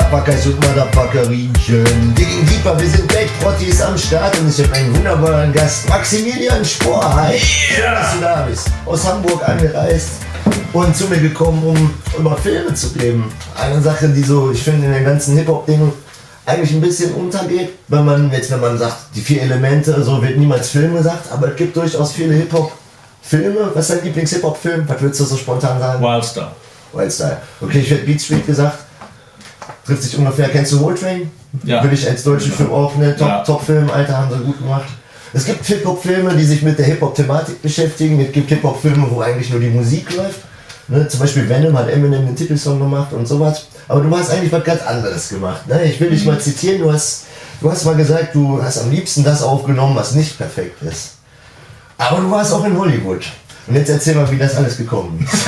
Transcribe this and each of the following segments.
Motherfuckers und Motherfuckerinchen. Digging Deeper, wir sind Backprotties am Start und ich habe einen wunderbaren Gast, Maximilian Spohr. Hi, schön, dass du da bist. Aus Hamburg angereist und zu mir gekommen, um über Filme zu reden. Eine Sache, die so, ich finde, in den ganzen Hip-Hop-Dingen eigentlich ein bisschen untergeht, wenn man sagt, die 4 Elemente, so wird niemals Film gesagt, aber es gibt durchaus viele Hip-Hop-Filme. Was ist dein Lieblings-Hip-Hop-Film? Was würdest du so spontan sagen? Wildstar. Wildstar. Okay, ich hätte Beat Street gesagt. Trifft sich ungefähr. Kennst du Whole Train? Ja. Will ich als deutschen Film auch, ne? Top-Film, Alter, haben sie gut gemacht. Es gibt Hip-Hop-Filme, die sich mit der Hip-Hop-Thematik beschäftigen. Es gibt Hip-Hop-Filme, wo eigentlich nur die Musik läuft. Ne? Zum Beispiel Venom hat Eminem den Titelsong gemacht und sowas. Aber du hast eigentlich was ganz anderes gemacht. Ne? Ich will dich mal zitieren. Du hast mal gesagt, du hast am liebsten das aufgenommen, was nicht perfekt ist. Aber du warst auch in Hollywood. Und jetzt erzähl mal, wie das alles gekommen ist.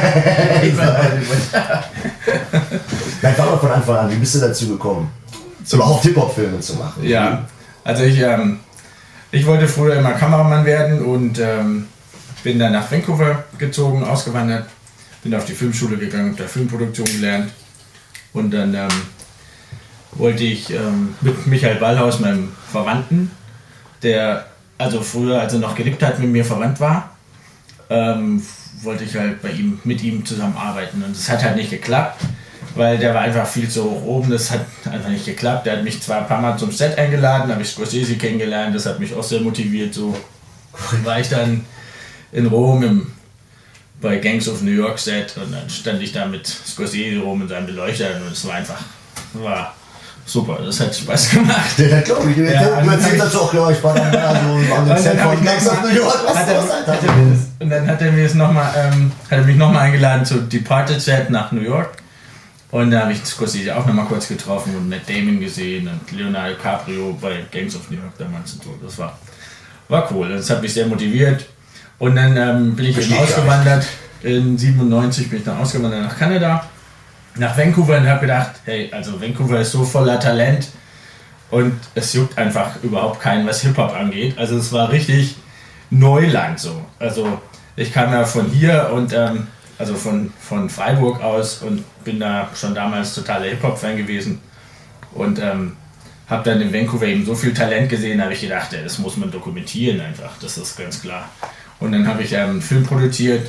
Nein, fang mal von Anfang an. Wie bist du dazu gekommen, überhaupt Hip-Hop-Filme zu machen? Ja, also ich wollte früher immer Kameramann werden und bin dann nach Vancouver gezogen, ausgewandert. Bin auf die Filmschule gegangen, habe da Filmproduktion gelernt. Und dann wollte ich mit Michael Ballhaus, meinem Verwandten, der also früher, als er noch gelebt hat, mit mir verwandt war, wollte ich halt mit ihm zusammenarbeiten. Und das hat halt nicht geklappt, weil der war einfach viel zu hoch oben. Das hat einfach nicht geklappt. Der hat mich zwar ein paar Mal zum Set eingeladen, habe ich Scorsese kennengelernt, das hat mich auch sehr motiviert. So war ich dann in Rom bei Gangs of New York Set und dann stand ich da mit Scorsese rum in seinem Beleuchter und es war super, das hat Spaß gemacht. Ja, glaube ich. Du erzählst das auch, glaube ich, war dann da so an dem Set von Gangs of New York. Und dann hat er mich nochmal eingeladen zu Departed Set nach New York. Und da habe ich Scorsese auch nochmal kurz getroffen und Matt Damon gesehen und Leonardo DiCaprio bei Gangs of New York damals und so. Das war cool, das hat mich sehr motiviert. Und dann bin ich eben ausgewandert, in 97 bin ich dann ausgewandert nach Kanada, nach Vancouver und habe gedacht, hey, also Vancouver ist so voller Talent und es juckt einfach überhaupt keinen, was Hip-Hop angeht. Also es war richtig Neuland so. Also ich kam ja von hier und also von Freiburg aus und bin da schon damals totaler Hip-Hop-Fan gewesen und habe dann in Vancouver eben so viel Talent gesehen, habe ich gedacht, das muss man dokumentieren einfach, das ist ganz klar. Und dann habe ich einen Film produziert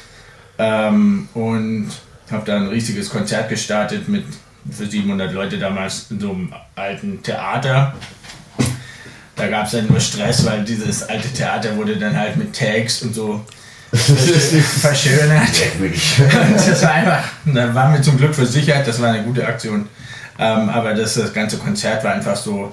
und habe da ein riesiges Konzert gestartet für 700 Leute damals in so einem alten Theater. Da gab es dann nur Stress, weil dieses alte Theater wurde dann halt mit Tags und so verschönert. Das war einfach, da waren wir zum Glück versichert, das war eine gute Aktion. Aber das ganze Konzert war einfach so,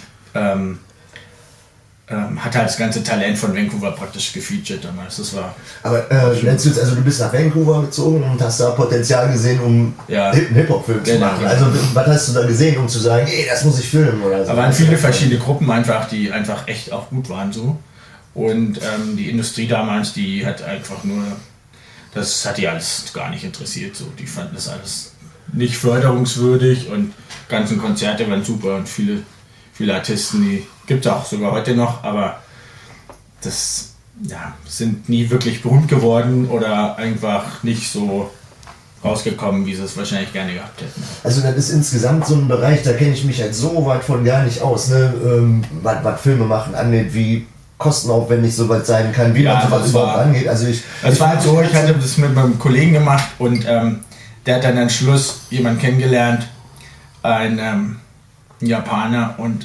hat halt das ganze Talent von Vancouver praktisch gefeatured damals. Das war. Aber du bist nach Vancouver gezogen und hast da Potenzial gesehen, um einen Hip-Hop-Film zu machen. Also was hast du da gesehen, um zu sagen, ey, das muss ich filmen oder so? Da waren viele verschiedene Gruppen einfach, die einfach echt auch gut waren so. Und die Industrie damals, die hat einfach nur, das hat die alles gar nicht interessiert. So. Die fanden das alles nicht förderungswürdig und ganzen Konzerte waren super und viele Artisten, die gibt es auch sogar heute noch, aber das sind nie wirklich berühmt geworden oder einfach nicht so rausgekommen, wie sie es wahrscheinlich gerne gehabt hätten. Also das ist insgesamt so ein Bereich, da kenne ich mich halt so weit von gar nicht aus, ne? Was Filme machen angeht, wie kostenaufwendig sowas sein kann, wie man sowas überhaupt angeht. Also ich hatte das mit meinem Kollegen gemacht und der hat dann am Schluss jemanden kennengelernt, ein Japaner und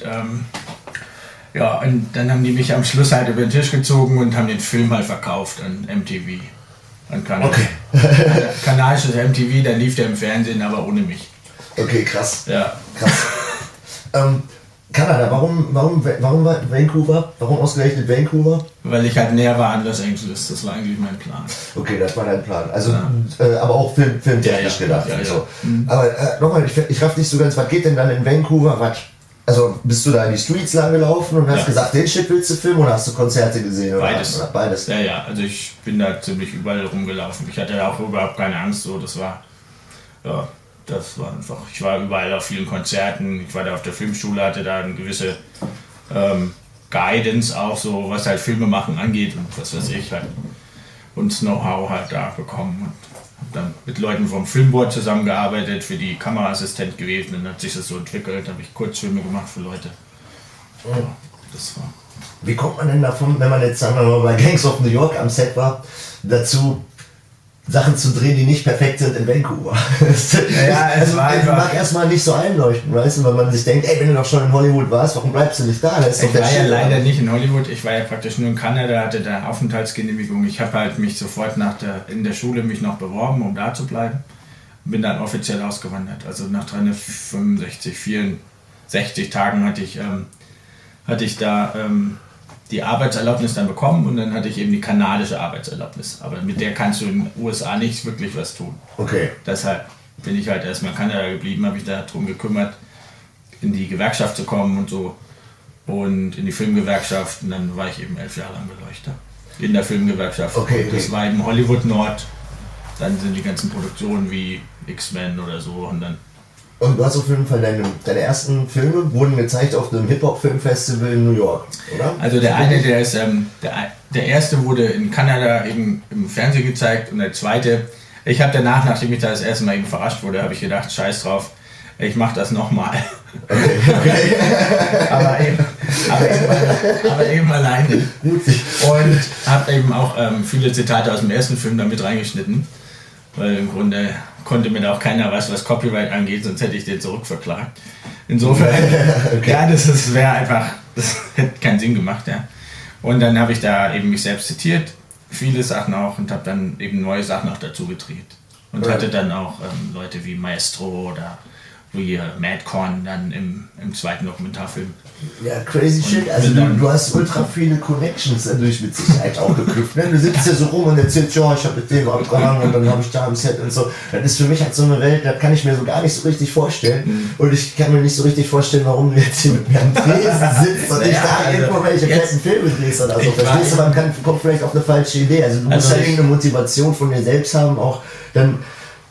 und dann haben die mich am Schluss halt über den Tisch gezogen und haben den Film halt verkauft an MTV. An kanadisches MTV, dann lief der im Fernsehen, aber ohne mich. Okay, krass. Ja. Krass. Kanada, warum Vancouver? Warum ausgerechnet Vancouver? Weil ich halt näher war an Los Angeles, das war eigentlich mein Plan. Okay, das war dein Plan. Also, aber auch filmtechnisch gedacht. Ja. So. Aber nochmal, ich raff nicht so ganz, was geht denn dann in Vancouver? Also bist du da in die Streets lang gelaufen und hast gesagt, den Shit willst du filmen oder hast du Konzerte gesehen? Oder beides. Ja, also ich bin da ziemlich überall rumgelaufen. Ich hatte ja auch überhaupt keine Angst, so, das war einfach, ich war überall auf vielen Konzerten, ich war da auf der Filmschule, hatte da eine gewisse Guidance auch so, was halt Filme machen angeht und was weiß ich halt. Und das Know-how halt da bekommen und dann mit Leuten vom Filmboard zusammengearbeitet, für die Kameraassistent gewesen, dann hat sich das so entwickelt, habe ich Kurzfilme gemacht für Leute. Ja, das war. Wie kommt man denn davon, wenn man jetzt, sagen wir mal, bei Gangs of New York am Set war, dazu Sachen zu drehen, die nicht perfekt sind in Vancouver? Ja, es war einfach, mag erstmal nicht so einleuchten, weißt du, weil man sich denkt, ey, wenn du doch schon in Hollywood warst, warum bleibst du nicht da? Ich war ja leider nicht in Hollywood, ich war ja praktisch nur in Kanada, hatte da Aufenthaltsgenehmigung. Ich habe halt mich sofort in der Schule mich noch beworben, um da zu bleiben. Bin dann offiziell ausgewandert. Also nach 365, 64 Tagen hatte ich da die Arbeitserlaubnis dann bekommen und dann hatte ich eben die kanadische Arbeitserlaubnis. Aber mit der kannst du in den USA nicht wirklich was tun. Okay. Deshalb bin ich halt erstmal in Kanada geblieben, habe mich darum gekümmert, in die Gewerkschaft zu kommen und so. Und in die Filmgewerkschaft und dann war ich eben 11 Jahre lang Beleuchter. In der Filmgewerkschaft. Okay. Das war eben Hollywood Nord. Dann sind die ganzen Produktionen wie X-Men oder so und dann. Und du hast auf jeden Fall deine ersten Filme wurden gezeigt auf dem Hip-Hop-Filmfestival in New York, oder? Also der erste wurde in Kanada eben im Fernsehen gezeigt und der zweite, ich habe danach, nachdem ich da das erste Mal eben verarscht wurde, habe ich gedacht, scheiß drauf, ich mache das nochmal. Okay. aber eben alleine. Und habe eben auch viele Zitate aus dem ersten Film damit reingeschnitten, weil im Grunde konnte mir da auch keiner was Copyright angeht, sonst hätte ich den zurückverklagt. Insofern, okay. Ja, das wäre einfach, das hätte keinen Sinn gemacht, ja. Und dann habe ich da eben mich selbst zitiert, viele Sachen auch und habe dann eben neue Sachen auch dazu gedreht. Und hatte dann auch Leute wie Maestro oder wie Madcon dann im zweiten Dokumentarfilm. Ja, crazy shit. Also du hast ultra viele Connections dadurch mit Sicherheit auch geknüpft. Ne? Du sitzt ja so rum und erzählst, ja, ich habe mit dem abgehangen und dann habe ich da am Set und so. Das ist für mich halt so eine Welt, das kann ich mir so gar nicht so richtig vorstellen. Und ich kann mir nicht so richtig vorstellen, warum du jetzt hier mit mir am Tresen sitzt und nicht da irgendwo welche fetten Filme drehst oder so. Verstehst du, man kommt vielleicht auf eine falsche Idee. Also du musst ja irgendeine Motivation von dir selbst haben, auch dann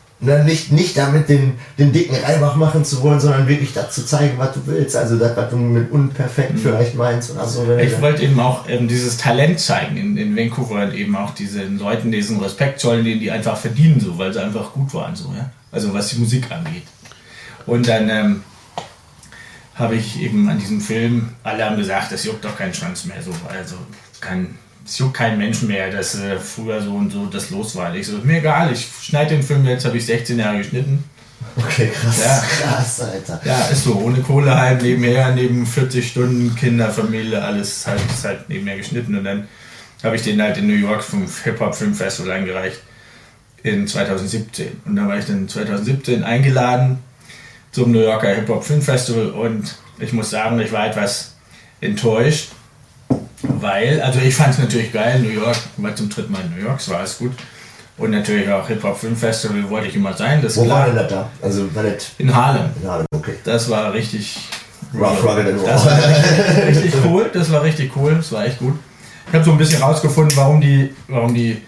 nicht damit den dicken Reibach machen zu wollen, sondern wirklich das zu zeigen, was du willst. Also das, was du mit unperfekt vielleicht meinst. Oder so. Ich wollte eben auch dieses Talent zeigen in Vancouver und eben auch diesen Leuten diesen Respekt zollen, den die einfach verdienen, so, weil sie einfach gut waren. So, ja? Also was die Musik angeht. Und dann habe ich eben an diesem Film, alle haben gesagt, das juckt doch keinen Schwanz mehr. So, also es juckt keinen Menschen mehr, dass früher so und so das los war. Ich so, mir egal, ich schneide den Film jetzt, habe ich 16 Jahre geschnitten. Okay, krass, ja. Krass, Alter. Ja, ist so, ohne Kohle halt nebenher, neben 40 Stunden, Kinder, Familie, alles halt nebenher geschnitten. Und dann habe ich den halt in New York vom Hip-Hop-Filmfestival eingereicht in 2017. Und da war ich dann 2017 eingeladen zum New Yorker Hip-Hop-Filmfestival und ich muss sagen, ich war etwas enttäuscht. Weil, also ich fand es natürlich geil, New York, war zum dritten Mal in New York, es war alles gut. Und natürlich auch Hip-Hop-Filmfestival wollte ich immer sein. Das Wo war denn das da? Also war das in Harlem. In Harlem, okay. Das war richtig... Rough, rugged and raw. Das war richtig cool, das war richtig cool, das war echt gut. Ich habe so ein bisschen rausgefunden, warum die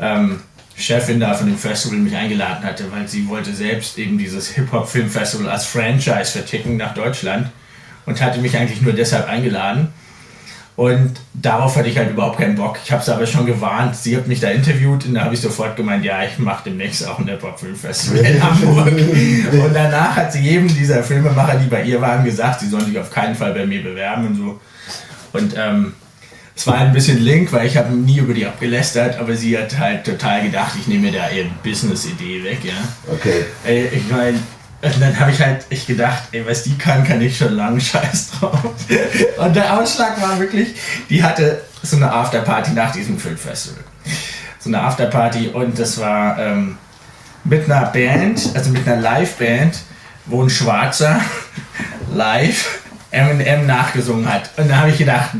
Chefin da von dem Festival mich eingeladen hatte, weil sie wollte selbst eben dieses Hip-Hop-Filmfestival als Franchise verticken nach Deutschland und hatte mich eigentlich nur deshalb eingeladen. Und darauf hatte ich halt überhaupt keinen Bock. Ich habe es aber schon gewarnt. Sie hat mich da interviewt und da habe ich sofort gemeint, ja, ich mache demnächst auch ein Hip-Hop-Filmfestival in Hamburg. Und danach hat sie jedem dieser Filmemacher, die bei ihr waren, gesagt, sie sollen sich auf keinen Fall bei mir bewerben und so. Und es war ein bisschen link, weil ich habe nie über die abgelästert, aber sie hat halt total gedacht, ich nehme mir da ihre Business-Idee weg, ja. Okay. Ich meine, und dann habe ich halt gedacht, ey, was die kann ich schon lange, scheiß drauf. Und der Ausschlag war wirklich, die hatte so eine Afterparty nach diesem Filmfestival. So eine Afterparty und das war mit einer Band, also mit einer Liveband, wo ein Schwarzer live Eminem nachgesungen hat. Und da habe ich gedacht,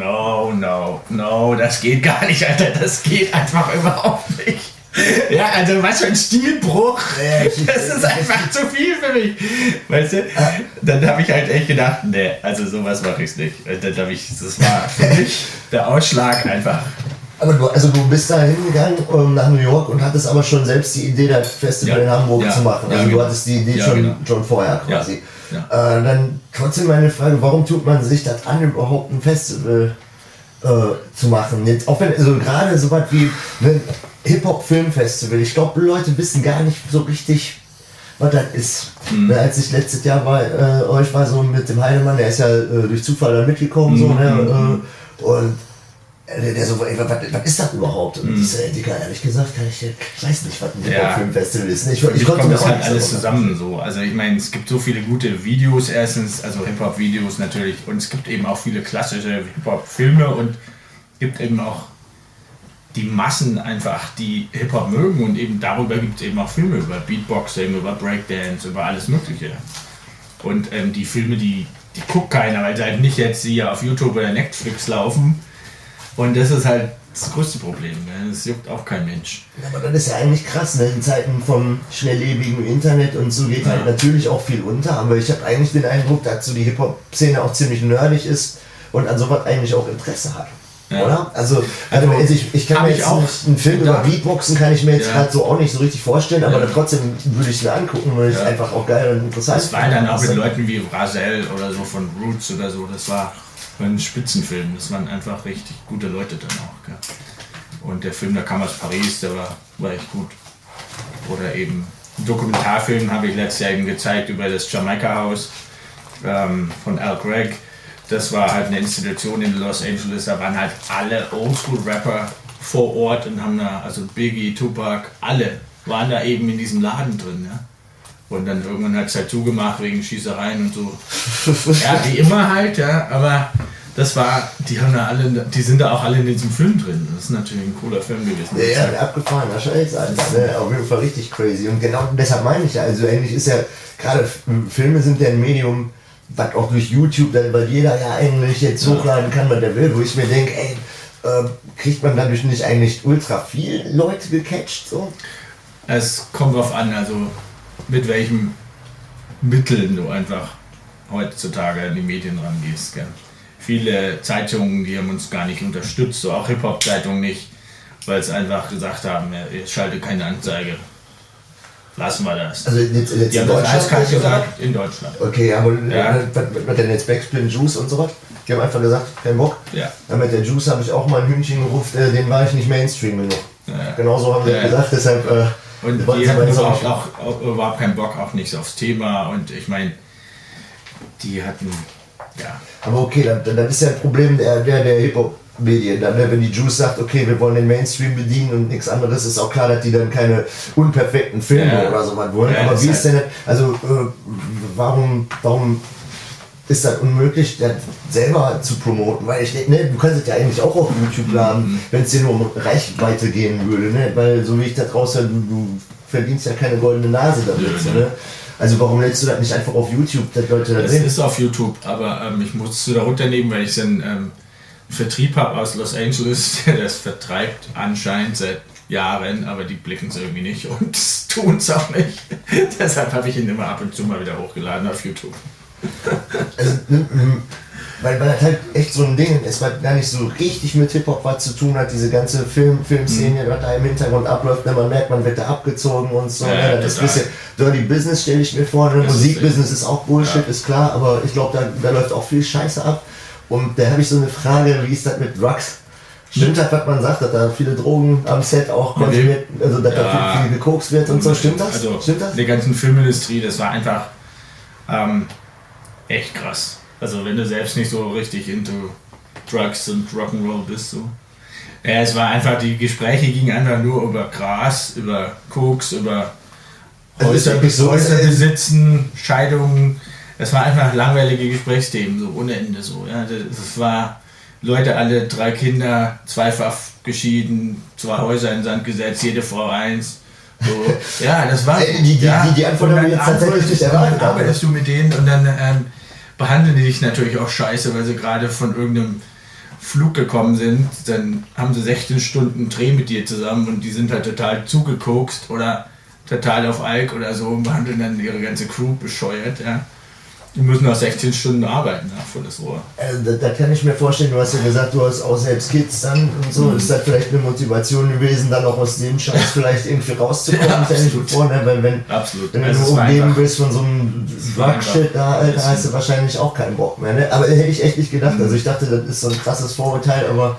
no, das geht gar nicht, Alter, das geht einfach überhaupt nicht. Ja, also was für ein Stilbruch. Das ist einfach zu viel für mich. Weißt du? Dann habe ich halt echt gedacht, nee, also sowas mache ich nicht. Das war für mich der Ausschlag einfach. Aber du bist da hingegangen nach New York und hattest aber schon selbst die Idee, das Festival in Hamburg zu machen. Also du hattest die Idee schon vorher quasi. Ja. Dann trotzdem meine Frage, warum tut man sich das an, überhaupt ein Festival zu machen. Jetzt, auch wenn, also gerade so was wie ein Hip-Hop-Filmfestival, ich glaube, Leute wissen gar nicht so richtig, was das ist. Als ich letztes Jahr bei euch war, so mit dem Heidemann, der ist ja durch Zufall da mitgekommen, so, ne? Und der so, ey, was ist das überhaupt? Und ich so, Digga, ehrlich gesagt, ich weiß nicht, was ein Hip-Hop-Filmfestival ist. Ich konnte das halt alles zusammen so. Also ich meine, es gibt so viele gute Videos erstens, also Hip-Hop-Videos natürlich, und es gibt eben auch viele klassische Hip-Hop-Filme und gibt eben auch die Massen einfach, die Hip-Hop mögen, und eben darüber gibt es eben auch Filme über Beatboxing, über Breakdance, über alles Mögliche. Und die Filme, die guckt keiner, weil sie halt nicht jetzt hier auf YouTube oder Netflix laufen. Und das ist halt das größte Problem, ne? Das juckt auch kein Mensch. Aber das ist ja eigentlich krass, ne? In Zeiten vom schnelllebigen Internet und so geht halt natürlich auch viel unter, aber ich habe eigentlich den Eindruck, dass so die Hip-Hop-Szene auch ziemlich nerdig ist und an sowas eigentlich auch Interesse hat. Ja. Oder? Also ich kann mir jetzt auch nicht einen Film über Beatboxen kann ich mir jetzt gerade so auch nicht so richtig vorstellen, aber trotzdem würde ich es mir angucken, weil ich es einfach auch geil und interessant finde. Das war dann auch mit Leuten wie Rasel oder so von Roots oder so, das war ein Spitzenfilm, das waren einfach richtig gute Leute dann auch. Gell? Und der Film, der kam aus Paris, der war echt gut. Oder eben einen Dokumentarfilm habe ich letztes Jahr eben gezeigt über das Jamaika-Haus von Al Gregg. Das war halt eine Institution in Los Angeles, da waren halt alle Oldschool-Rapper vor Ort und haben da, also Biggie, Tupac, alle waren da eben in diesem Laden drin. Ja? Und dann irgendwann hat es halt zugemacht wegen Schießereien und so. Ja, wie immer halt, ja, aber das war, die sind da auch alle in diesem Film drin. Das ist natürlich ein cooler Film gewesen. Ja, ein abgefahrener Scheiß, alles, ne? Auf jeden Fall richtig crazy. Und genau deshalb meine ich ja, also eigentlich ist ja, gerade Filme sind ja ein Medium, was auch durch YouTube, weil jeder ja eigentlich jetzt hochladen kann, was der will, wo ich mir denke, ey, kriegt man dadurch nicht eigentlich ultra viel Leute gecatcht, so? Es kommt drauf an, also mit welchen Mitteln du einfach heutzutage in die Medien rangehst. Gell? Viele Zeitungen, die haben uns gar nicht unterstützt, so auch Hip-Hop-Zeitungen nicht, weil es einfach gesagt haben, ich schalte keine Anzeige. Lassen wir das. Also jetzt die haben das eiskalt gesagt, in Deutschland. Okay, aber was denn jetzt Backspin Juice und so was? Die haben einfach gesagt, kein Bock. Ja. Ja, mit der Juice habe ich auch mal ein Hühnchen gerufen, den war ich nicht Mainstream genug. Ja. Genauso haben sie gesagt, deshalb... und die hatten auch überhaupt keinen Bock, auch nicht aufs Thema, und ich meine, die hatten, ja. Aber okay, dann ist ja ein Problem der Hip-Hop-Medien. Wenn die Juice sagt, okay, wir wollen den Mainstream bedienen und nichts anderes, ist auch klar, dass die dann keine unperfekten Filme oder so was wollen. Aber wie ist denn, also warum ist das unmöglich, das selber zu promoten? Weil du kannst es ja eigentlich auch auf YouTube laden, wenn es dir nur um Reichweite gehen würde. Ne? Weil so wie ich das raushöre, du verdienst ja keine goldene Nase damit. Ne? Also warum lädst du das nicht einfach auf YouTube, dass Leute das sehen? Es ist auf YouTube, aber ich musste es da runternehmen, weil ich einen Vertrieb habe aus Los Angeles, der das vertreibt anscheinend seit Jahren, aber die blicken es irgendwie nicht und tun es auch nicht. Deshalb habe ich ihn immer ab und zu mal wieder hochgeladen auf YouTube. Also, weil das halt echt so ein Ding ist, was gar nicht so richtig mit Hip-Hop was zu tun hat, diese ganze Filmszene, was da im Hintergrund abläuft, wenn man merkt, man wird da abgezogen und so. Ja, das ist ein bisschen Dirty Business, stelle ich mir vor. Musikbusiness ist auch Bullshit, ist klar, aber ich glaube, da läuft auch viel Scheiße ab. Und da habe ich so eine Frage, wie ist das mit Drugs? Stimmt das, was man sagt, dass da viele Drogen am Set auch konsumiert, also dass da viel gekokst wird und so, stimmt das? Also, stimmt das? Die ganzen Filmindustrie, das war einfach echt krass. Also wenn du selbst nicht so richtig into Drugs und Rock'n'Roll bist, so. Ja, es war einfach, die Gespräche gingen einfach nur über Gras, über Koks, über Häuser besitzen, Scheidungen. Es war einfach langweilige Gesprächsthemen, so ohne Ende so. Ja. Das war Leute, alle 3 Kinder, zweifach geschieden, 2 Häuser in den Sand gesetzt, jede Frau 1. So. Ja, das war die Antwort haben wir jetzt tatsächlich nicht erwartet. Dann arbeitest du mit denen und dann behandeln die dich natürlich auch scheiße, weil sie gerade von irgendeinem Flug gekommen sind. Dann haben sie 16 Stunden Dreh mit dir zusammen und die sind halt total zugekokst oder total auf Alk oder so und behandeln dann ihre ganze Crew bescheuert. Ja. Die müssen noch 16 Stunden arbeiten, ja, für das Rohr. Da kann ich mir vorstellen, du hast ja gesagt, du hast auch selbst Kids dann und so. Ist das vielleicht eine Motivation gewesen, dann auch aus dem Scheiß vielleicht irgendwie rauszukommen? Ja, absolut. Weil wenn du nur umgeben bist von so einem Wachshit da, Alter, hast du wahrscheinlich auch keinen Bock mehr. Ne? Aber hätte ich echt nicht gedacht. Also ich dachte, das ist so ein krasses Vorurteil, aber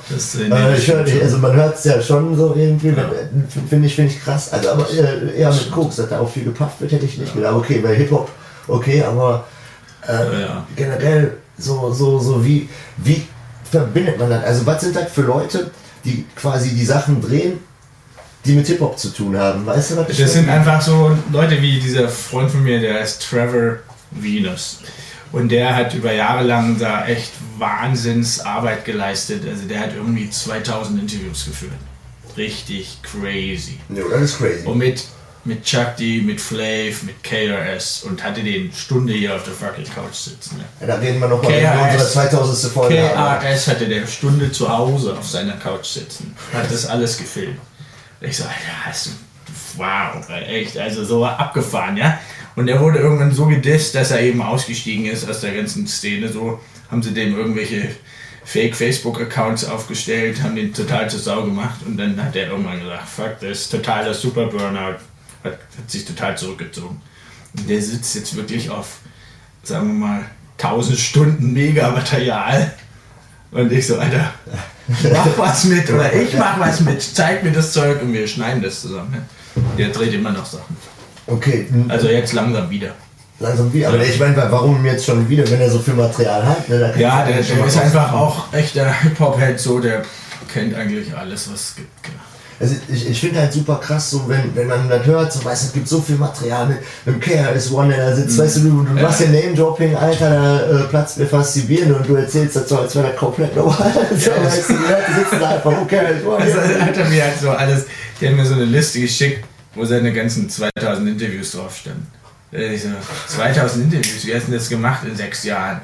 man hört es ja schon so irgendwie. Ja. Finde ich krass. Also aber eher mit Koks, dass da auch viel gepafft wird, hätte ich nicht gedacht. Okay, bei Hip-Hop, okay, aber generell so wie verbindet man das? Also was sind das für Leute, die quasi die Sachen drehen, die mit Hip-Hop zu tun haben? Weißt du, was ich Das sind einfach so Leute wie dieser Freund von mir, der heißt Trevor Venus. Und der hat über Jahre lang da echt Wahnsinnsarbeit geleistet. Also der hat irgendwie 2000 Interviews geführt. Richtig crazy. Ja, das ist crazy. Und mit Chuck D, mit Flav, mit KRS und hatte den Stunde hier auf der fucking Couch sitzen. Ne? Ja, da reden wir nochmal über unsere 2000. Folge. KRS hatte der Stunde zu Hause auf seiner Couch sitzen. Hat das alles gefilmt. Ich so, Alter, hast du, wow, echt, also so abgefahren, ja. Und er wurde irgendwann so gedisst, dass er eben ausgestiegen ist aus der ganzen Szene. So haben sie dem irgendwelche Fake-Facebook-Accounts aufgestellt, haben den total zur Sau gemacht und dann hat er irgendwann gesagt, fuck, das ist total der Super-Burnout. Hat sich total zurückgezogen. Und der sitzt jetzt wirklich auf, sagen wir mal, 1000 Stunden Mega-Material. Und ich so, Alter, mach was mit oder ich mach was mit, zeig mir das Zeug und wir schneiden das zusammen. Der dreht immer noch Sachen. Okay. Also jetzt langsam wieder. Langsam wieder? Aber ich meine, warum jetzt schon wieder, wenn er so viel Material hat? Ne, ja, der ist einfach auch echt der Hip-Hop-Head so, der kennt eigentlich alles, was es gibt. Also ich finde halt super krass, so wenn man das hört, so weißt du, es gibt so viel Material mit dem KRS-One, der da sitzt, weißt du machst ja Name-Dropping, Alter, da platzt mir fast die Birne und du erzählst das so, als wäre das komplett normal. So, weißt du, die Leute sitzen da einfach, oh KRS-One. Also hat er mir halt so alles, der hat mir so eine Liste geschickt, wo seine ganzen 2000 Interviews drauf standen. Ich so, 2000 Interviews, wie hast du das gemacht in 6 Jahren?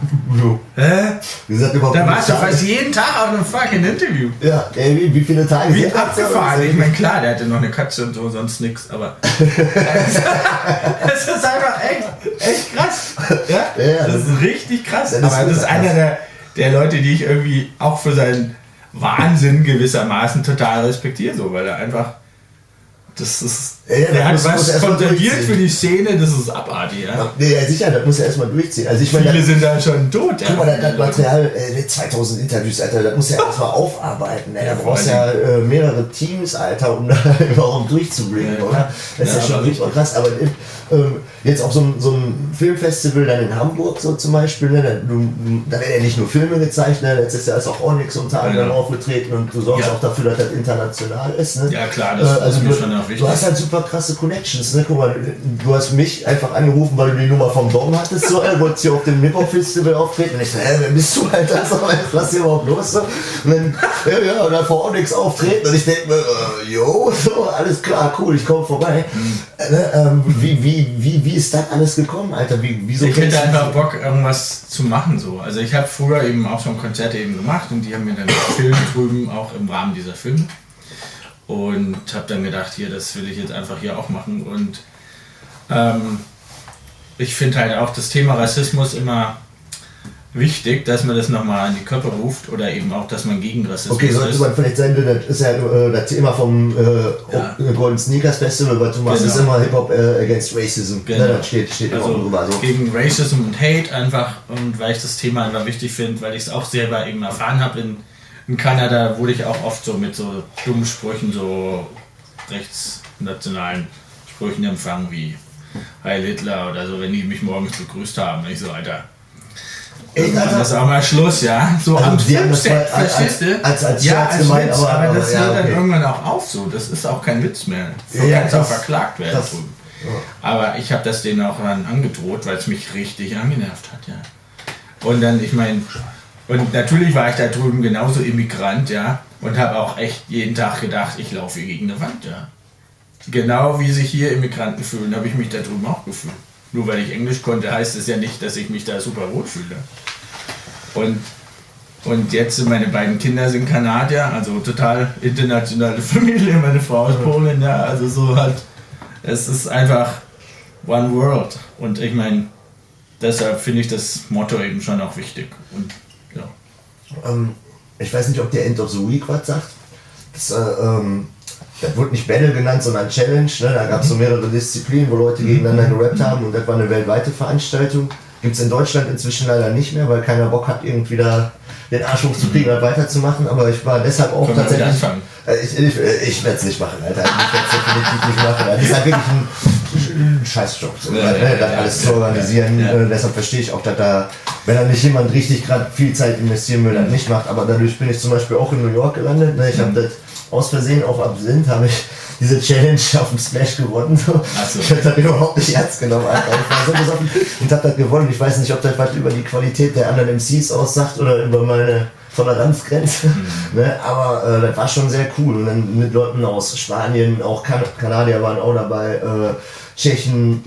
Hä? Da warst du fast jeden Tag auf einem fucking Interview. Ja, ey, wie viele Tage? Wie abgefahren. Ich meine, klar, der hatte noch eine Katze und so, sonst nix, aber das ist einfach echt krass. Ja? Das ist richtig krass. Aber das ist einer der Leute, die ich irgendwie auch für seinen Wahnsinn gewissermaßen total respektiere, so, weil er einfach das ist, der hat was konserviert für die Szene, das ist abartig, ja. Ja, sicher, das muss er erstmal durchziehen. Also ich meine, viele sind da schon tot, ja. Guck mal, das Material, 2000 Interviews, Alter, das muss er erstmal aufarbeiten, ey. Da brauchst ja mehrere Teams, Alter, um da überhaupt durchzubringen, oder? Das ist ja schon richtig krass, aber jetzt auf so einem Filmfestival dann in Hamburg so zum Beispiel, ne, da werden ja nicht nur Filme gezeigt, ne, letztes Jahr ist auch Onyx unter anderem aufgetreten und du sorgst auch dafür, dass das international ist, ne? Ja klar, das ist mir schon auch wichtig. Du hast halt super krasse Connections, ne? Guck mal, du hast mich einfach angerufen, weil du die Nummer vom Dom hattest, so, wolltest hier auf dem Hip-Hop-Festival auftreten und ich so, wer bist du, Alter, so, was ist hier überhaupt los, so? Und dann, und dann vor Onyx auftreten und ich denke mir, so, alles klar, cool, ich komme vorbei. Wie ist das alles gekommen, Alter? Wieso ich hätte einfach Bock, irgendwas zu machen, so. Also ich habe früher eben auch schon Konzerte eben gemacht und die haben mir dann gefilmt drüben, auch im Rahmen dieser Filme. Und habe dann gedacht, hier, das will ich jetzt einfach hier auch machen. Und ich finde halt auch das Thema Rassismus immer wichtig, dass man das nochmal an die Köpfe ruft oder eben auch, dass man gegen Rassismus ist. Okay, sollte man vielleicht sein, das ist ja das Thema vom Golden Sneakers Festival, was du machst, ist immer Hip-Hop against Racism. Genau. Ja, das steht also immer drüber. Also. Gegen Racism und Hate einfach, und weil ich das Thema einfach wichtig finde, weil ich es auch selber eben erfahren habe. In Kanada wurde ich auch oft so mit so dummen Sprüchen, so rechtsnationalen Sprüchen empfangen wie Heil Hitler oder so, wenn die mich morgens begrüßt haben. Und ich so, Alter, das ist auch mal Schluss, ja? So also am Filmset, verstehst du? Als ja, als gemeint, Witz, aber das hört dann okay. irgendwann auch auf so. Das ist auch kein Witz mehr. So kann es auch verklagt werden. Aber ich habe das denen auch dann angedroht, weil es mich richtig angenervt hat, ja. Und dann, ich meine, und natürlich war ich da drüben genauso Immigrant, ja, und habe auch echt jeden Tag gedacht, ich laufe hier gegen eine Wand, ja. Genau wie sich hier Immigranten fühlen, habe ich mich da drüben auch gefühlt. Nur weil ich Englisch konnte, heißt es ja nicht, dass ich mich da super wohl fühle. Und jetzt sind meine beiden Kinder sind Kanadier, also total internationale Familie, meine Frau ist Polin, ja, also so halt, es ist einfach One World. Und ich meine, deshalb finde ich das Motto eben schon auch wichtig. Und, ja. Ich weiß nicht, ob der End of the Week was sagt. Das wurde nicht Battle genannt, sondern Challenge. Ne? Da gab es so mehrere Disziplinen, wo Leute gegeneinander gerappt haben und das war eine weltweite Veranstaltung. Gibt es in Deutschland inzwischen leider nicht mehr, weil keiner Bock hat, irgendwie da den Arsch hochzukriegen und weiterzumachen. Aber ich war deshalb auch tatsächlich... Ich werde es nicht machen, Alter. Ich werde es definitiv nicht machen. Das ist halt wirklich ein Scheißjob, so, das alles zu organisieren. Deshalb verstehe ich auch, dass da, wenn da nicht jemand richtig gerade viel Zeit investieren will, das nicht macht. Aber dadurch bin ich zum Beispiel auch in New York gelandet. Ne? Ich habe das aus Versehen auf Absinth, habe ich diese Challenge auf dem Splash gewonnen. So. So. Ich habe das überhaupt nicht ernst genommen, Alter. Ich war so besoffen und habe das gewonnen. Ich weiß nicht, ob das was über die Qualität der anderen MCs aussagt oder über meine Toleranzgrenze. Ne? Aber das war schon sehr cool. Und dann mit Leuten aus Spanien, auch Kanadier waren auch dabei, Tschechen,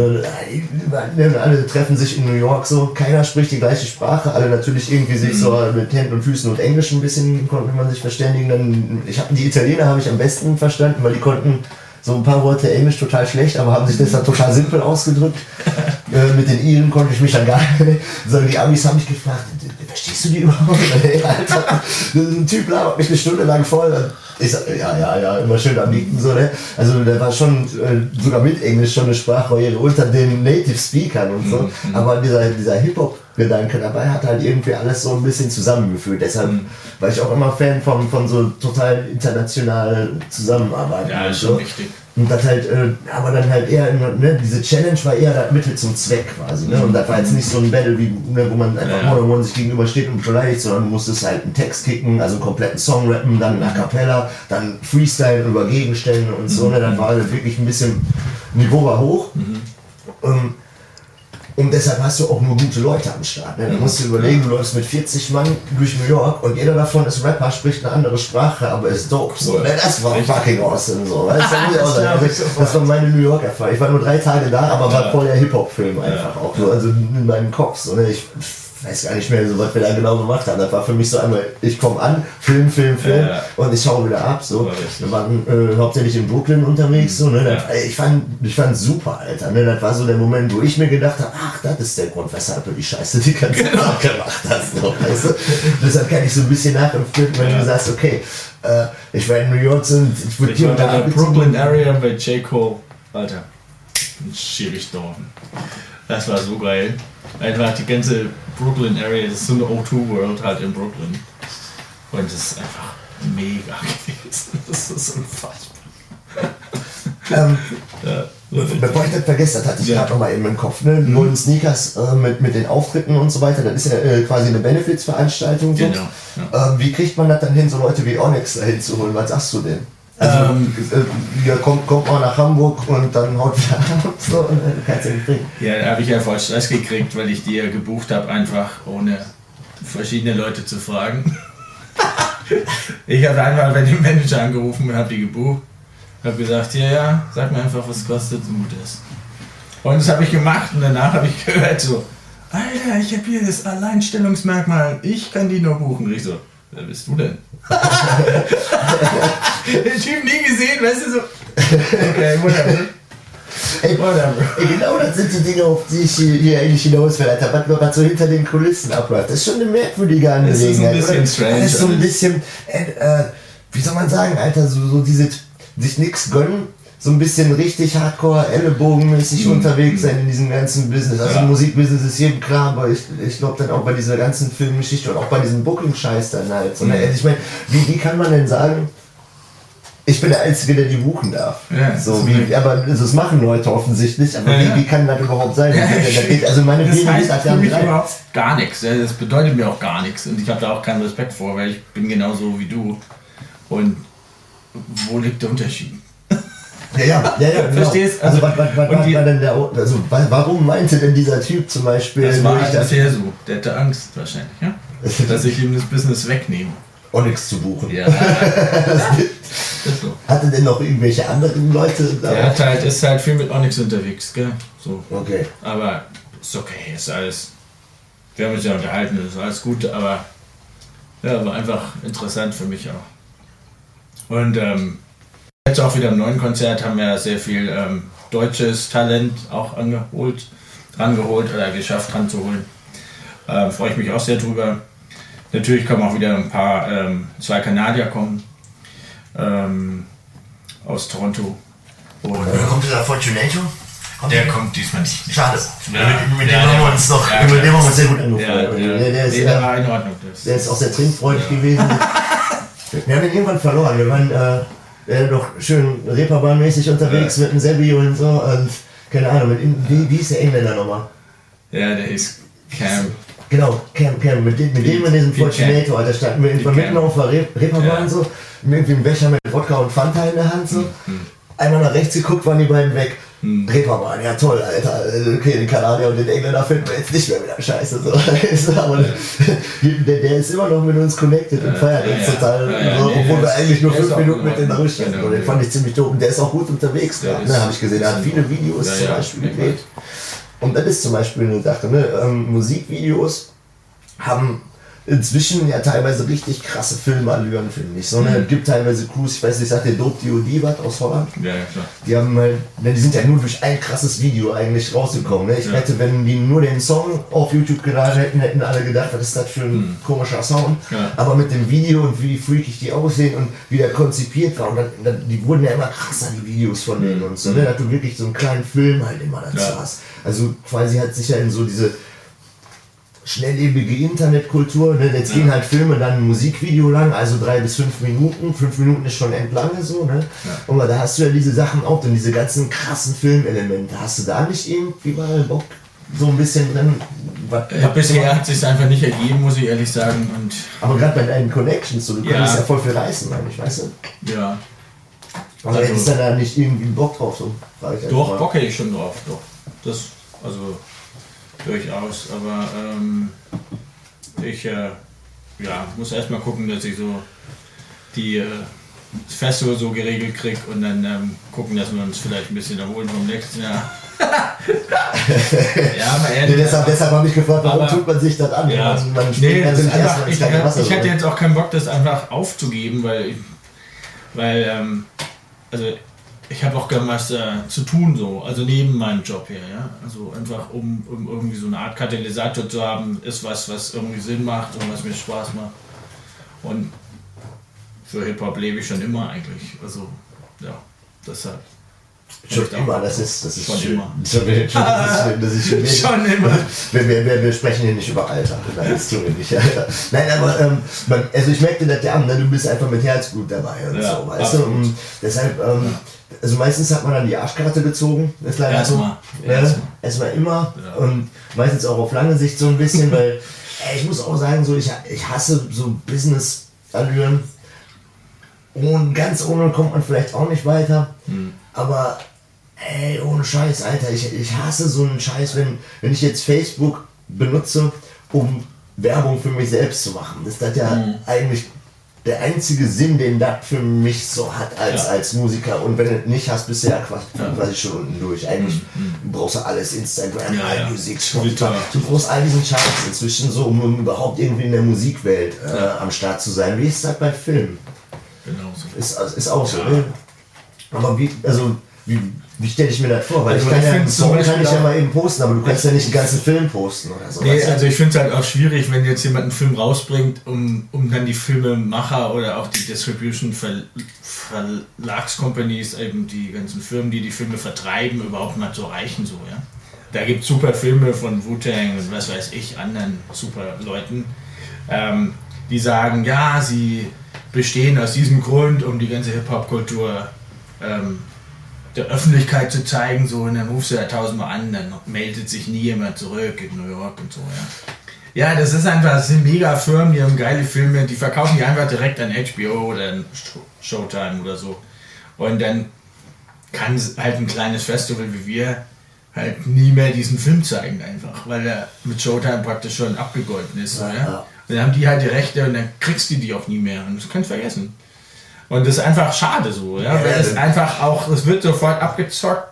alle treffen sich in New York so. Keiner spricht die gleiche Sprache, alle natürlich irgendwie sich so mit Händen und Füßen und Englisch ein bisschen konnte man sich verständigen. Dann, die Italiener habe ich am besten verstanden, weil die konnten so ein paar Worte Englisch total schlecht, aber haben sich das dann total simpel ausgedrückt. Mit den Iren konnte ich mich dann gar nicht. Sondern die Amis haben mich gefragt, verstehst du die überhaupt? Hey, Alter, ein Typ labert mich eine Stunde lang voll. Ich sag, ja, immer schön am Nicken so, ne? Also da war schon sogar mit Englisch schon eine Sprachbarriere unter den Native Speakern und so. Aber dieser Hip-Hop-Gedanke dabei hat halt irgendwie alles so ein bisschen zusammengeführt. Deshalb war ich auch immer Fan von so total international Zusammenarbeiten. Ja, ist schon wichtig. Und das halt, aber dann halt eher, ne, diese Challenge war eher das Mittel zum Zweck quasi. Ne? Und das war jetzt nicht so ein Battle, wie, ne, wo man einfach one-on-one sich gegenübersteht und beleidigt, sondern du musstest halt einen Text kicken, also einen kompletten Song rappen, dann a cappella, dann Freestyle über Gegenstände und so. Ne? Dann war halt wirklich ein bisschen, Niveau war hoch. Und deshalb hast du auch nur gute Leute am Start. Ne? Da musst du überlegen, du läufst mit 40 Mann durch New York und jeder davon ist Rapper, spricht eine andere Sprache, aber ist dope. So, ne? Das war fucking awesome. So. Weißt du? Das war meine New York-Erfahrung. Ich war nur 3 Tage da, aber war voll der Hip-Hop-Film einfach auch. So. Also in meinem Kopf. So, ne? Ich weiß gar nicht mehr, so, was wir da genau gemacht haben. Das war für mich so einmal, ich komme an, Film und ich schaue wieder ab. So. Wir waren hauptsächlich in Brooklyn unterwegs. So, ne? Ich fand super, Alter. Ne? Das war so der Moment, wo ich mir gedacht habe, ach, das ist der Grund, weshalb du die Scheiße die ganze Zeit gemacht hast. So, weißt du? Deshalb kann ich so ein bisschen nachempfinden, wenn du sagst, okay, ich war in New York und ich würde hier in der Brooklyn Area bei J. Cole. Alter, schwierig Dorfen. Das war so geil. Einfach die ganze Brooklyn Area, das ist so eine O2 World halt in Brooklyn. Und das ist einfach mega gewesen. Das ist unfassbar. Bevor ich das vergesse, das hatte ich gerade noch mal eben im Kopf. Ne? Die Golden Sneakers mit den Auftritten und so weiter, das ist ja quasi eine Benefits-Veranstaltung. So. Genau. Ja. Wie kriegt man das dann hin, so Leute wie Onyx da hinzuholen? Was sagst du denn? Also, kommt mal nach Hamburg und dann haut wieder ab, so, und dann kannst du nicht kriegen. Ja, da habe ich ja voll Stress gekriegt, weil ich die ja gebucht habe, einfach ohne verschiedene Leute zu fragen. Ich habe einfach bei dem Manager angerufen und habe die gebucht. Habe gesagt, ja, sag mir einfach, was kostet und gut ist. Und das habe ich gemacht und danach habe ich gehört so, Alter, ich habe hier das Alleinstellungsmerkmal, ich kann die nur buchen. Und ich so, wer bist du denn? Den Typ nie gesehen, weißt du so. Okay, whatever. Ey, genau das sind die Dinge, auf die ich hier eigentlich hinaus will, Alter. Was so hinter den Kulissen abläuft. Das ist schon eine merkwürdige Angelegenheit. Das ist ein bisschen strange. Das ist so ein bisschen, wie soll man sagen, Alter, so diese sich nichts gönnen. So ein bisschen richtig hardcore, ellenbogenmäßig unterwegs sein in diesem ganzen Business. Also Musikbusiness ist jedem klar, aber ich glaube dann auch bei dieser ganzen Filmgeschichte und auch bei diesem Booking-Scheiß dann halt. So, ich meine, wie kann man denn sagen, ich bin der Einzige, der die buchen darf? Ja, so, aber das machen Leute offensichtlich, aber wie kann das überhaupt sein? Also meine das heißt hat für mich überhaupt gar nichts. Das bedeutet mir auch gar nichts und ich habe da auch keinen Respekt vor, weil ich bin genauso wie du. Und wo liegt der Unterschied? Ja, genau. Verstehst? Also, warum meinte denn dieser Typ zum Beispiel... Das war halt bisher so. Der hatte Angst wahrscheinlich, ja? Dass ich ihm das Business wegnehme. Onyx zu buchen. Ja. Das ist so. Hatte denn noch irgendwelche anderen Leute? Der ist halt viel mit Onyx unterwegs, gell? So. Okay. Aber ist okay, ist alles... Wir haben uns ja unterhalten, ist alles gut, aber... Ja, war einfach interessant für mich auch. Und, jetzt auch wieder im neuen Konzert haben wir sehr viel deutsches Talent auch angeholt. rangeholt oder geschafft ranzuholen. Freue ich mich auch sehr drüber. Natürlich kommen auch wieder ein paar, 2 Kanadier kommen aus Toronto. Und kommt dieser Fortunato? der kommt diesmal nicht. Schade. Ja, mit dem haben wir uns noch mit dem haben wir uns sehr gut angefreundet. Der war in Ordnung. Der ist auch sehr trinkfreudig gewesen. Wir haben ihn irgendwann verloren. Wir waren doch schön Reeperbahn-mäßig unterwegs mit dem Sebi und so. Und keine Ahnung, wie ist der Engländer nochmal? Ja, der ist Cam. Genau, Cam. Mit dem in diesem Fortunato, Alter, standen wir irgendwann mitten auf der Reeperbahn so. Mit irgendwie einem Becher mit Wodka und Fanta in der Hand so. Einmal nach rechts geguckt, waren die beiden weg. Reeperbahn, ja toll, Alter. Okay, den Kanadier und den Engländer finden wir jetzt nicht mehr wieder scheiße. So. Aber der ist immer noch mit uns connected und feiert uns total. Obwohl wir eigentlich nur 5 Minuten mit denen erwischt haben. Den fand ich ziemlich doof. Und der ist auch gut unterwegs gerade, ne, habe ich gesehen. Er hat viele Videos zum Beispiel gedreht. Und das ist zum Beispiel eine Sache, ne? Musikvideos haben inzwischen ja teilweise richtig krasse Filmallüren, finde ich. So, ne? Es gibt teilweise Crews, ich weiß nicht, sagt der Dope D.O.D. was aus Holland? Ja, klar. Die haben halt, die sind ja nur durch ein krasses Video eigentlich rausgekommen. Ne? Ich wette, wenn die nur den Song auf YouTube geladen hätten, hätten alle gedacht, was ist das für ein komischer Sound. Ja. Aber mit dem Video und wie freakig die aussehen und wie der konzipiert war, und dann, die wurden ja immer krasser, die Videos von denen und so, ne? Dass du wirklich so einen kleinen Film halt immer dazu hast. Also quasi hat sich ja in so diese schnelllebige Internetkultur, ne? Jetzt gehen halt Filme dann ein Musikvideo lang, also 3 bis 5 Minuten. 5 Minuten ist schon endlange so, ne? Ja. Und da hast du ja diese Sachen auch, denn diese ganzen krassen Filmelemente. Hast du da nicht irgendwie mal Bock, so ein bisschen drin? Bisher hat es sich einfach nicht ergeben, muss ich ehrlich sagen. Und aber gerade bei deinen Connections, so, du könntest ja voll viel reißen, eigentlich, weißt du? Ja. Also hättest du da nicht irgendwie Bock drauf, so? Doch, Bock hätte ich schon drauf, doch. Das, also durchaus, aber ich muss erstmal gucken, dass ich so das Festival so geregelt kriege und dann gucken, dass wir uns vielleicht ein bisschen erholen vom nächsten Jahr. Ja, aber ehrlich. Deshalb habe ich gefragt, warum tut man sich das an? Ja. Man springt natürlich erstmal ins kalte Wasser. Ich hätte jetzt auch keinen Bock, das einfach aufzugeben, also ich habe auch gerne was zu tun, so, also neben meinem Job hier, ja. Also einfach um irgendwie so eine Art Katalysator zu haben, ist was irgendwie Sinn macht und was mir Spaß macht. Und für Hip-Hop lebe ich schon immer eigentlich. Also ja, deshalb. Schon immer, das ist schon schön. immer. Das ist schön. Schon immer. Wir sprechen hier nicht über Alter. Nein, das tun wir nicht. Nein, aber also ich merkte das ja an, du bist einfach mit Herzblut dabei und so, weißt du? Und deshalb, also meistens hat man dann die Arschkarte gezogen, das ist leider so. Erstmal immer und meistens auch auf lange Sicht so ein bisschen, weil ich muss auch sagen, so ich hasse so Business-Allüren. Und ganz ohne kommt man vielleicht auch nicht weiter. Aber ey, ohne Scheiß, Alter, ich hasse so einen Scheiß, wenn ich jetzt Facebook benutze, um Werbung für mich selbst zu machen. Das ist ja eigentlich der einzige Sinn, den das für mich so hat als Musiker. Und wenn du nicht hast, bist du ja quasi schon unten durch. Eigentlich brauchst du alles, Instagram, Musik, Spotify. Du brauchst all diesen Scheiß inzwischen so, um überhaupt irgendwie in der Musikwelt am Start zu sein. Wie ist das bei Filmen? Genau so. Ist auch so, ne? Aber wie stelle ich mir das vor? Weil also ich kann ja einen Song kann ich ja mal eben posten, aber du kannst ja nicht einen ganzen Film posten oder so. Nee, also ich finde es halt auch schwierig, wenn jetzt jemand einen Film rausbringt, um dann die Filmemacher oder auch die Distribution Verlagscompanies, eben die ganzen Firmen, die Filme vertreiben, überhaupt mal zu erreichen, so, ja. Da gibt es super Filme von Wu-Tang und was weiß ich, anderen super Leuten, die sagen, ja, sie bestehen aus diesem Grund, um die ganze Hip-Hop-Kultur der Öffentlichkeit zu zeigen, so, und dann rufst du ja 1000-mal an, dann meldet sich nie jemand zurück in New York und so, ja. Ja, das sind mega Firmen, die haben geile Filme, die verkaufen die einfach direkt an HBO oder an Showtime oder so. Und dann kann halt ein kleines Festival wie wir halt nie mehr diesen Film zeigen einfach, weil er mit Showtime praktisch schon abgegolten ist, so, ja. Und dann haben die halt die Rechte und dann kriegst du die auch nie mehr und das kannst du vergessen. Und das ist einfach schade so, ja, weil es einfach auch, es wird sofort abgezockt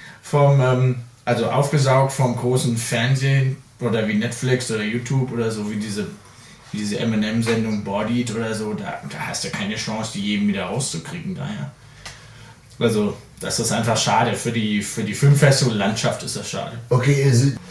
also aufgesaugt vom großen Fernsehen oder wie Netflix oder YouTube oder so, wie diese M&M-Sendung Bodied oder so, da hast du keine Chance, die jedem wieder rauszukriegen, daher. Also das ist einfach schade. Für die Filmfestival-Landschaft ist das schade. Okay,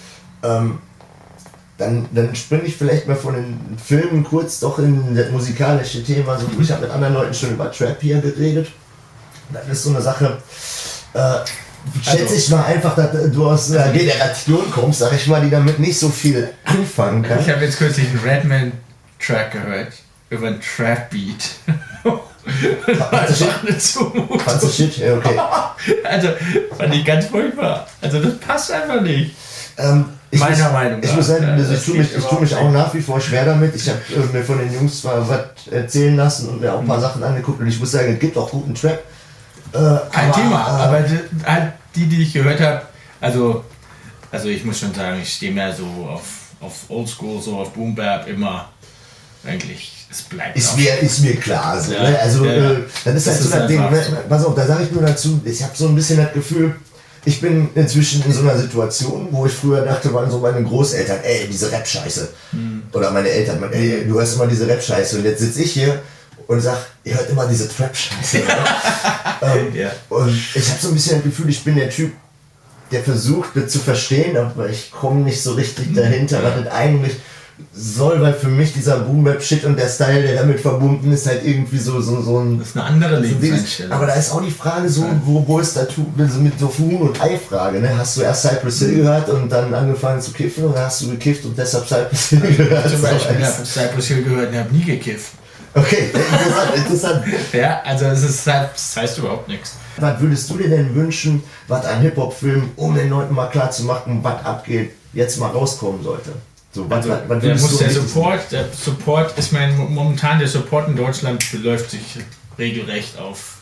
dann springe ich vielleicht mal von den Filmen kurz doch in das musikalische Thema. So, ich habe mit anderen Leuten schon über Trap hier geredet. Das ist so eine Sache, schätze ich mal einfach, dass du aus einer Generation kommst, sag ich mal, die damit nicht so viel anfangen kann. Ich habe jetzt kürzlich einen Redman-Track gehört über einen Trap-Beat. Fandst du Shit? Ja, okay. Also, fand ich ganz furchtbar. Also, das passt einfach nicht. Meiner Meinung nach. Ich muss sagen, ich tue mich auch nach wie vor schwer damit. Ich habe mir von den Jungs zwar was erzählen lassen und mir auch ein paar Sachen angeguckt und ich muss sagen, es gibt auch guten Trap. Kein Thema, aber die ich gehört habe, also ich muss schon sagen, ich stehe mehr so auf Oldschool, so auf Boom Bap immer eigentlich, es bleibt ist mir klar, so, ja, ne? Also dann ist halt so das Ding, pass auf, da sage ich nur dazu, ich habe so ein bisschen das Gefühl, ich bin inzwischen in so einer Situation, wo ich früher dachte, waren so meine Großeltern, ey, diese Rap-Scheiße. Oder meine Eltern, ey, du hörst immer diese Rap-Scheiße. Und jetzt sitze ich hier und sag, ihr hört immer diese Trap-Scheiße. Ja. Und ich habe so ein bisschen das Gefühl, ich bin der Typ, der versucht, das zu verstehen, aber ich komme nicht so richtig dahinter, was das eigentlich soll, weil für mich dieser Boom-Bap-Shit und der Style, der damit verbunden ist, halt irgendwie so ein... Das ist eine andere Lebenseinstellung. Aber da ist auch die Frage so, wo ist da mit so Huhn- und Ei-Frage, ne? Hast du erst Cypress Hill gehört und dann angefangen zu kiffen oder hast du gekifft und deshalb Cypress Hill gehört? Zum Beispiel, ich habe Cypress Hill gehört und habe nie gekifft. Okay, interessant. Ja, also das heißt überhaupt nichts. Was würdest du dir denn wünschen, was ein Hip-Hop-Film, um den Leuten mal klar zu machen, was abgeht, jetzt mal rauskommen sollte? So, was der Support ist momentan der Support in Deutschland beläuft sich regelrecht auf.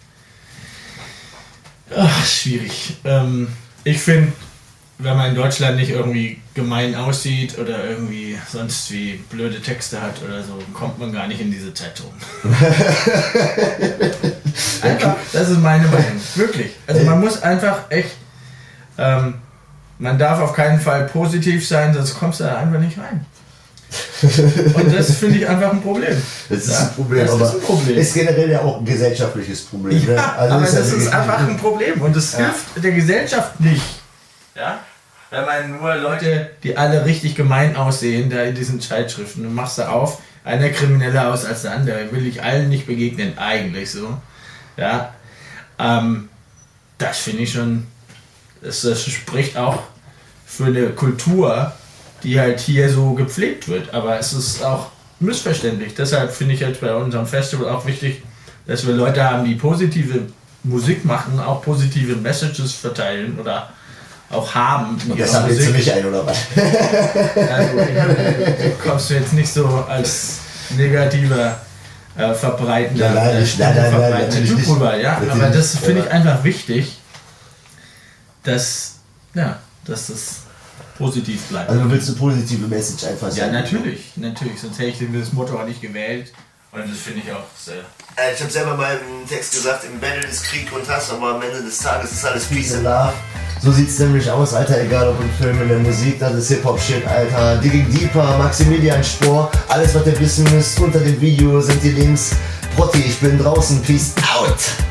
Schwierig. Ich finde, wenn man in Deutschland nicht irgendwie gemein aussieht oder irgendwie sonst wie blöde Texte hat oder so, kommt man gar nicht in diese Zeitung. Einfach, das ist meine Meinung. Wirklich. Also man muss einfach echt. Man darf auf keinen Fall positiv sein, sonst kommst du da einfach nicht rein. Und das finde ich einfach ein Problem. Das ist ein Problem, aber ist generell ja auch ein gesellschaftliches Problem. Ja, ne? Also aber das ist einfach ein Problem und es hilft der Gesellschaft nicht. Ja? Wenn man nur Leute, die alle richtig gemein aussehen, da in diesen Zeitschriften, und machst du auf, einer krimineller aus als der andere, will ich allen nicht begegnen, eigentlich so. Ja? Das finde ich schon, das spricht auch für eine Kultur, die halt hier so gepflegt wird. Aber es ist auch missverständlich. Deshalb finde ich jetzt bei unserem Festival auch wichtig, dass wir Leute haben, die positive Musik machen, auch positive Messages verteilen oder auch haben. Und deshalb willst du mich ein, oder was? Also, kommst du jetzt nicht so als negativer verbreitender Typ rüber, ja? Aber das finde ich einfach wichtig, dass es positiv bleibt. Also willst du positive Message einfach Ja, sagen? natürlich, sonst hätte ich das Motto auch nicht gewählt. Und das finde ich auch sehr... Ich habe selber mal im Text gesagt, im Battle ist Krieg und Hass, aber am Ende des Tages ist alles Peace and Love. So sieht es nämlich aus, Alter, egal ob im Film, in der Musik, das ist Hip-Hop-Shit, Alter. Digging Deeper, Maximilian Spohr, alles was ihr wissen müsst, unter dem Video sind die Links. Protti, ich bin draußen, Peace out!